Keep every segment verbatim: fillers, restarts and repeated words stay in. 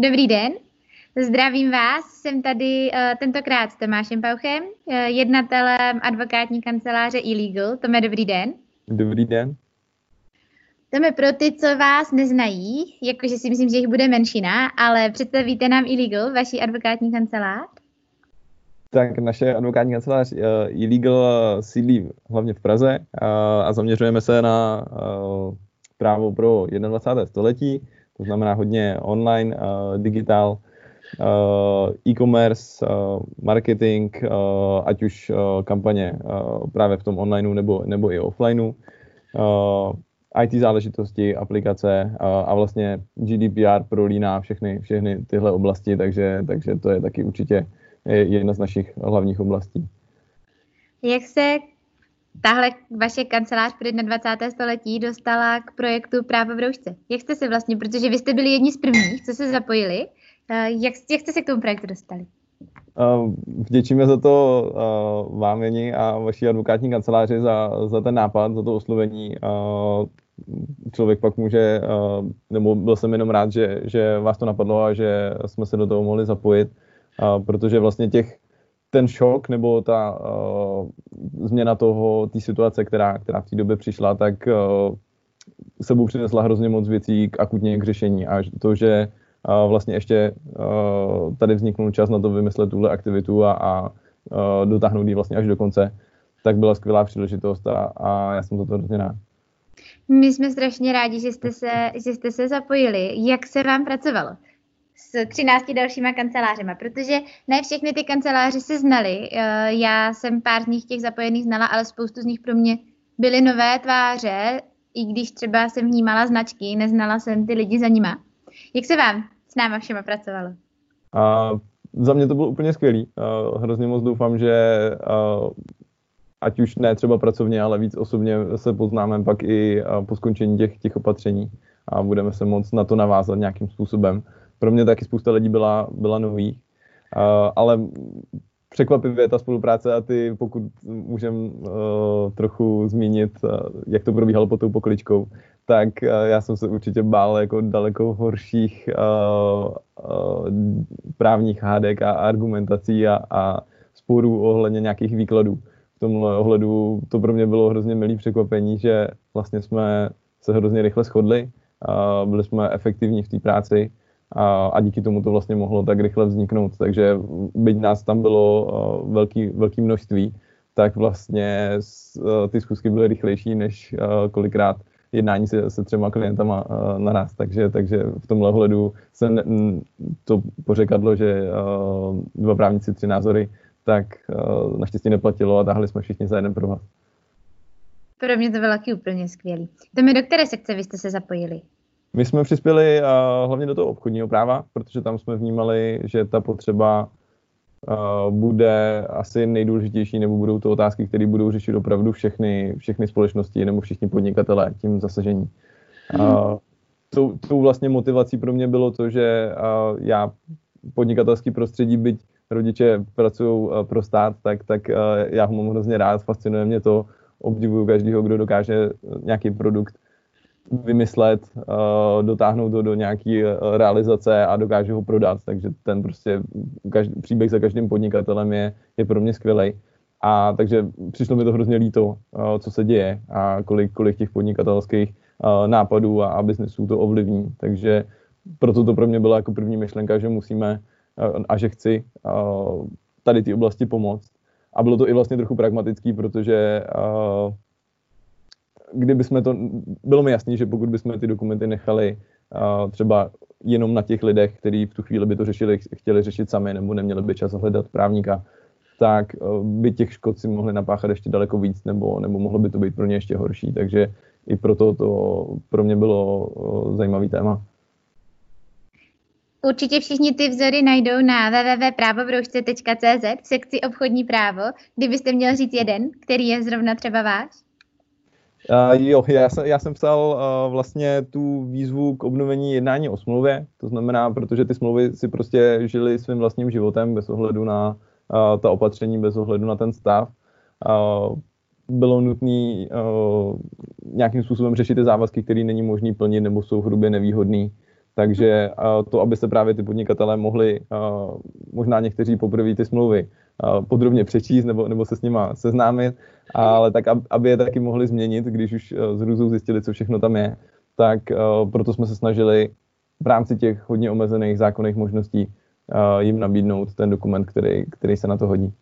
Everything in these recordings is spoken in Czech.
Dobrý den, zdravím vás, jsem tady uh, tentokrát s Tomášem Pauchem, uh, jednatelem advokátní kanceláře eLegal. Tome, dobrý den. Dobrý den. Tome, pro ty, co vás neznají, jakože si myslím, že jich bude menšina, ale představíte nám eLegal, vaši advokátní kancelář? Tak naše advokátní kancelář eLegal sídlí hlavně v Praze a zaměřujeme se na právo pro dvacátého prvního století, to znamená hodně online, digitál, e-commerce, marketing, ať už kampaně právě v tom onlineu nebo, nebo i offlineu, í té záležitosti, aplikace a vlastně G D P R prolíná všechny, všechny tyhle oblasti, takže, takže to je taky určitě jedna z našich hlavních oblastí. Jak se tahle vaše kancelář pro dvacátého prvního století dostala k projektu Právo v roušce? Jak jste se vlastně, protože vy jste byli jedni z prvních, co se zapojili, jak, jak jste se k tomu projektu dostali? Vděčíme za to vám, Jeni, a vaší advokátní kanceláři za, za ten nápad, za to oslovení. Člověk pak může, nebo byl jsem jenom rád, že, že vás to napadlo a že jsme se do toho mohli zapojit, protože vlastně těch, ten šok nebo ta uh, změna toho, té situace, která, která v té době přišla, tak uh, sebou přinesla hrozně moc věcí k akutně k řešení. A to, že uh, vlastně ještě uh, tady vzniknul čas na to vymyslet tuhle aktivitu a, a uh, dotáhnout ji vlastně až do konce, tak byla skvělá příležitost a, a já jsem za to hrozně rád. My jsme strašně rádi, že jste se, že jste se zapojili. Jak se vám pracovalo s třinácti dalšíma kancelářema, protože ne všechny ty kanceláře se znaly. Já jsem pár z nich těch zapojených znala, ale spoustu z nich pro mě byly nové tváře, i když třeba jsem vnímala značky, neznala jsem ty lidi za nima. Jak se vám s náma všema pracovalo? A za mě to bylo úplně skvělý. Hrozně moc doufám, že ať už ne třeba pracovně, ale víc osobně se poznáme pak i po skončení těch, těch opatření a budeme se moc na to navázat nějakým způsobem. Pro mě taky spousta lidí byla, byla nových, uh, ale překvapivě ta spolupráce a ty, pokud můžem uh, trochu zmínit, uh, jak to probíhalo pod tou pokličkou, tak uh, já jsem se určitě bál jako daleko horších uh, uh, právních hádek a argumentací a, a sporů ohledně nějakých výkladů. V tomhle ohledu to pro mě bylo hrozně milý překvapení, že vlastně jsme se hrozně rychle shodli, uh, byli jsme efektivní v té práci, A, a díky tomu to vlastně mohlo tak rychle vzniknout. Takže byť nás tam bylo uh, velký, velký množství, tak vlastně uh, ty schůzky byly rychlejší než uh, kolikrát jednání se, se třema klientama uh, naraz. Takže, takže v tomhle ohledu se ne, to pořekadlo, že uh, dva právníci, tři názory, tak uh, naštěstí neplatilo a táhli jsme všichni za jeden provaz. Pro mě to bylo taky úplně skvělý. Tome, do které sekce vy jste se zapojili? My jsme přispěli uh, hlavně do toho obchodního práva, protože tam jsme vnímali, že ta potřeba uh, bude asi nejdůležitější, nebo budou to otázky, které budou řešit opravdu všechny, všechny společnosti nebo všichni podnikatelé tím zasažení. Uh, tou, tou vlastně motivací pro mě bylo to, že uh, já podnikatelský prostředí, byť rodiče pracují uh, pro stát, tak, tak uh, já ho mám hrozně rád, fascinuje mě to, obdivuju každého, kdo dokáže nějaký produkt vymyslet, uh, dotáhnout to do nějaké uh, realizace a dokáže ho prodat. Takže ten prostě každý, příběh za každým podnikatelem je, je pro mě skvělej. A takže přišlo mi to hrozně líto, uh, co se děje a kolik, kolik těch podnikatelských uh, nápadů a, a biznesů to ovlivní. Takže proto to pro mě byla jako první myšlenka, že musíme uh, a že chci uh, tady ty oblasti pomoct. A bylo to i vlastně trochu pragmatický, protože uh, kdyby jsme to, bylo mi jasný, že pokud bychom ty dokumenty nechali uh, třeba jenom na těch lidech, kteří v tu chvíli by to řešili, chtěli řešit sami nebo neměli by čas hledat právníka, tak uh, by těch škod si mohli napáchat ještě daleko víc nebo, nebo mohlo by to být pro ně ještě horší. Takže i proto to pro mě bylo uh, zajímavý téma. Určitě všichni ty vzory najdou na w w w tečka právo v roušce tečka c z v sekci obchodní právo. Kdybyste měl říct jeden, který je zrovna třeba váš? Uh, jo, já jsem, já jsem psal uh, vlastně tu výzvu k obnovení jednání o smlouvě, to znamená, protože ty smlouvy si prostě žily svým vlastním životem bez ohledu na uh, ta opatření, bez ohledu na ten stav. Uh, bylo nutné uh, nějakým způsobem řešit ty závazky, které není možný plnit nebo jsou hrubě nevýhodný. Takže uh, to, aby se právě ty podnikatelé mohli, uh, možná někteří poprvé ty smlouvy uh, podrobně přečíst nebo, nebo se s nima seznámit, ale tak, aby je taky mohli změnit, když už uh, z hrůzou zjistili, co všechno tam je, tak uh, proto jsme se snažili v rámci těch hodně omezených zákonných možností uh, jim nabídnout ten dokument, který, který se na to hodí.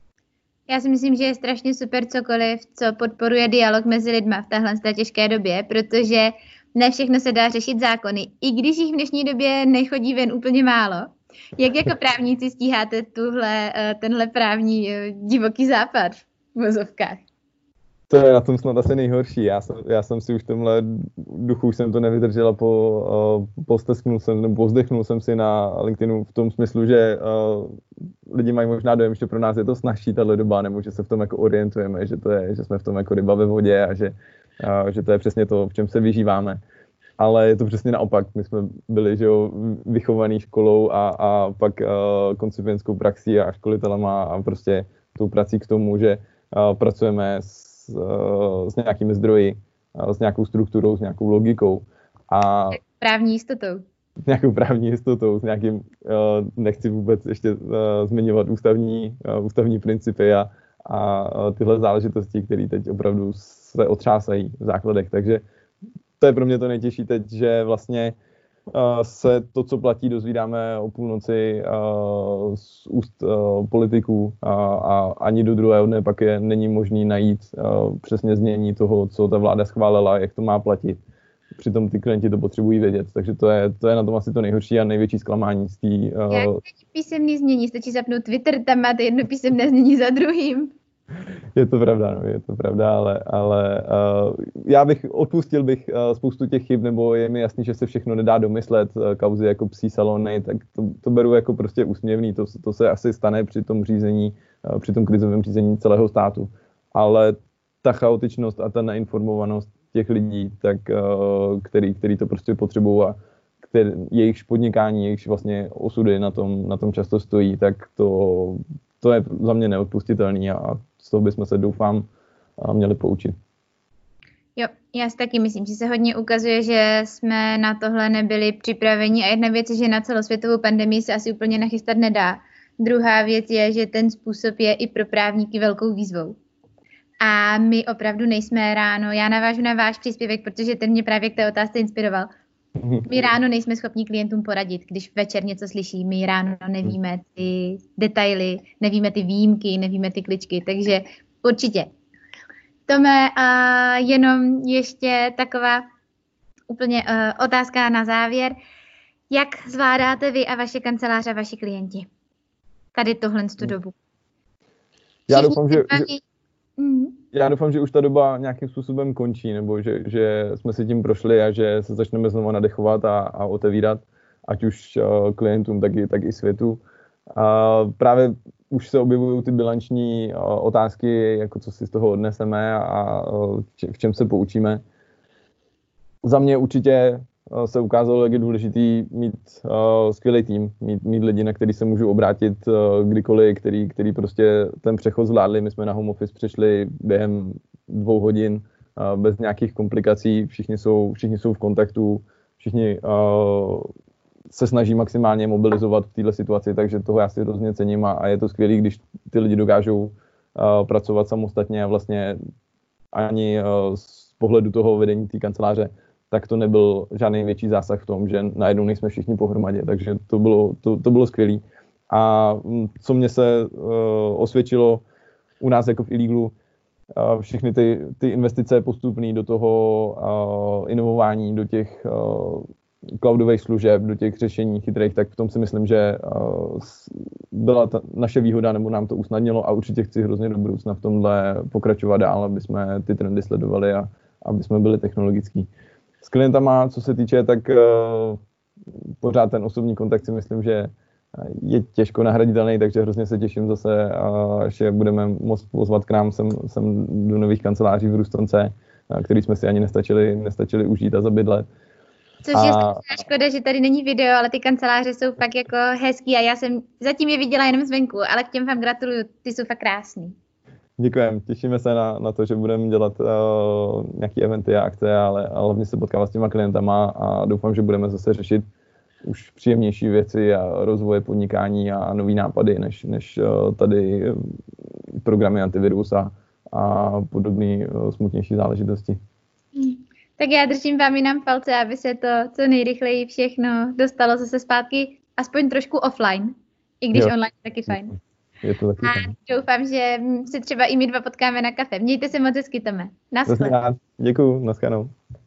Já si myslím, že je strašně super cokoliv, co podporuje dialog mezi lidma v téhle těžké době, protože ne všechno se dá řešit zákony, i když jich v dnešní době nechodí ven úplně málo. Jak jako právníci stíháte tuhle, tenhle právní divoký západ v vozovkách? To je na tom snad asi nejhorší. Já jsem, já jsem si už v tomhle duchu už jsem to nevydržela, po, uh, postesknul jsem, nebo pozdechnul jsem si na LinkedInu v tom smyslu, že uh, lidi mají možná dojem, že pro nás je to snazší tahle doba, nebo že se v tom jako orientujeme, že, to je, že jsme v tom jako ryba ve vodě a že, uh, že to je přesně to, v čem se vyžíváme. Ale je to přesně naopak. My jsme byli, že jo, vychovaný školou a, a pak uh, koncipientskou praxí a školitelema a prostě tou prací k tomu, že uh, pracujeme s s nějakými zdroji, s nějakou strukturou, s nějakou logikou. A právní jistotou. S nějakou právní jistotou, s nějakým, nechci vůbec ještě zmiňovat ústavní, ústavní principy a, a tyhle záležitosti, které teď opravdu se otřásají v základech. Takže to je pro mě to nejtěžší teď, že vlastně se to, co platí, dozvídáme o půlnoci z úst politiků a ani do druhého dne pak je není možný najít přesně znění toho, co ta vláda schválila, jak to má platit. Přitom ty klienti to potřebují vědět, takže to je, to je na tom asi to nejhorší a největší zklamání z té... Jak písemný znění? Stačí zapnout Twitter, tam máte jedno písemné znění za druhým. Je to pravda, no, je to pravda, ale, ale uh, já bych, odpustil bych uh, spoustu těch chyb, nebo je mi jasný, že se všechno nedá domyslet, uh, kauzy jako psí salony, tak to, to beru jako prostě úsměvný, to, to se asi stane při tom řízení, uh, při tom krizovém řízení celého státu, ale ta chaotičnost a ta neinformovanost těch lidí, tak, uh, který, který to prostě potřebují a který, jejich podnikání, jejich vlastně osudy na tom, na tom často stojí, tak to, to je za mě neodpustitelný a z toho bychom se, doufám, měli poučit. Jo, já si taky myslím, že se hodně ukazuje, že jsme na tohle nebyli připraveni a jedna věc je, že na celosvětovou pandemii se asi úplně nachystat nedá. Druhá věc je, že ten způsob je i pro právníky velkou výzvou. A my opravdu nejsme ráno, já navážu na váš příspěvek, protože ten mě právě k té otázce inspiroval. My ráno nejsme schopni klientům poradit, když večer něco slyší. My ráno nevíme ty detaily, nevíme ty výjimky, nevíme ty kličky, takže určitě. Tome, uh, jenom ještě taková úplně uh, otázka na závěr. Jak zvládáte vy a vaše kanceláře a vaši klienti tady tohle tu dobu? Já doufám, že, že, já doufám, že už ta doba nějakým způsobem končí, nebo že, že jsme si tím prošli a že se začneme znovu nadechovat a, a otevírat, ať už uh, klientům, tak i, tak i světu. A právě už se objevují ty bilanční uh, otázky, jako co si z toho odneseme a uh, v čem se poučíme. Za mě určitě uh, se ukázalo, jak je důležitý mít uh, skvělý tým, mít, mít lidi, na který se můžu obrátit uh, kdykoliv, který, který prostě ten přechod zvládli. My jsme na home office přešli během dvou hodin uh, bez nějakých komplikací, všichni jsou, všichni jsou v kontaktu, všichni uh, se snaží maximálně mobilizovat v této situaci, takže toho já si hrozně cením a, a je to skvělé, když ty lidi dokážou uh, pracovat samostatně a vlastně ani uh, z pohledu toho vedení té kanceláře, tak to nebyl žádný větší zásah v tom, že najednou nejsme všichni pohromadě, takže to bylo, to, to bylo skvělé. A co mě se uh, osvědčilo u nás jako v Illegalu, uh, všechny ty, ty investice postupné do toho uh, inovování, do těch uh, cloudových služeb, do těch řešení chytrých, tak v tom si myslím, že uh, byla ta naše výhoda, nebo nám to usnadnilo a určitě chci hrozně do budoucna v tomhle pokračovat dál, aby jsme ty trendy sledovali a aby jsme byli technologický. S klientama, co se týče, tak uh, pořád ten osobní kontakt si myslím, že je těžko nahraditelný, takže hrozně se těším zase, uh, že budeme moct pozvat k nám sem, sem do nových kanceláří v Rustonce, uh, který jsme si ani nestačili, nestačili užít a zabydlet. Což je a... škoda, že tady není video, ale ty kanceláře jsou fakt jako hezký a já jsem zatím je viděla jenom zvenku, ale k těm vám gratuluju, ty jsou fakt krásný. Děkujeme, těšíme se na, na to, že budeme dělat uh, nějaké eventy a akce, ale, ale hlavně se potkávat s těma klientama a doufám, že budeme zase řešit už příjemnější věci a rozvoje podnikání a nový nápady, než, než tady programy antivirus a, a podobné smutnější záležitosti. Hmm. Tak já držím vám jinam palce, aby se to co nejrychleji všechno dostalo zase zpátky, aspoň trošku offline, i když jo. Online je taky fajn. Je to taky a fajn. doufám, že si třeba i my dva potkáme na kafe. Mějte se moc hezky, Tome. Naschle. Děkuju, naschledanou.